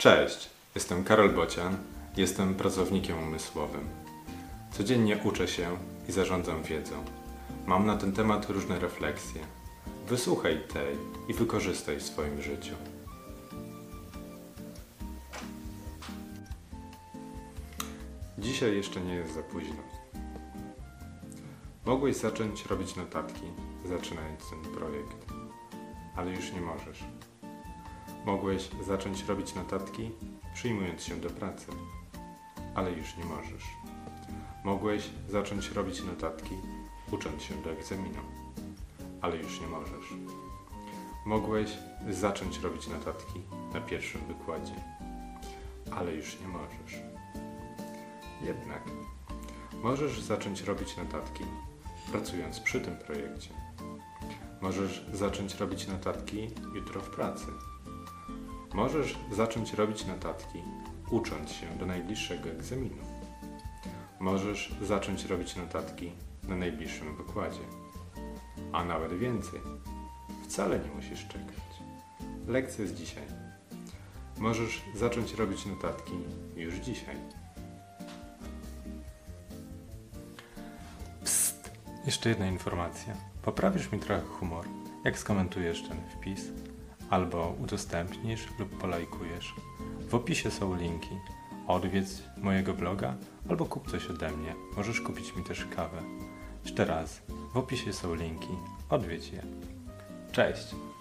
Cześć, jestem Karol Bocian, jestem pracownikiem umysłowym. Codziennie uczę się i zarządzam wiedzą. Mam na ten temat różne refleksje. Wysłuchaj tej i wykorzystaj w swoim życiu. Dzisiaj jeszcze nie jest za późno. Mogłeś zacząć robić notatki, zaczynając ten projekt, ale już nie możesz. Mogłeś zacząć robić notatki, przyjmując się do pracy, ale już nie możesz. Mogłeś zacząć robić notatki, ucząc się do egzaminu, ale już nie możesz. Mogłeś zacząć robić notatki na pierwszym wykładzie, ale już nie możesz. Jednak możesz zacząć robić notatki, pracując przy tym projekcie. Możesz zacząć robić notatki jutro w pracy. Możesz zacząć robić notatki, ucząc się do najbliższego egzaminu. Możesz zacząć robić notatki na najbliższym wykładzie. A nawet więcej. Wcale nie musisz czekać. Lekcja jest dzisiaj. Możesz zacząć robić notatki już dzisiaj. Psst! Jeszcze jedna informacja. Poprawisz mi trochę humor, jak skomentujesz ten wpis, albo udostępnisz lub polajkujesz. W opisie są linki. Odwiedź mojego bloga albo kup coś ode mnie. Możesz kupić mi też kawę. Jeszcze raz, w opisie są linki. Odwiedź je. Cześć!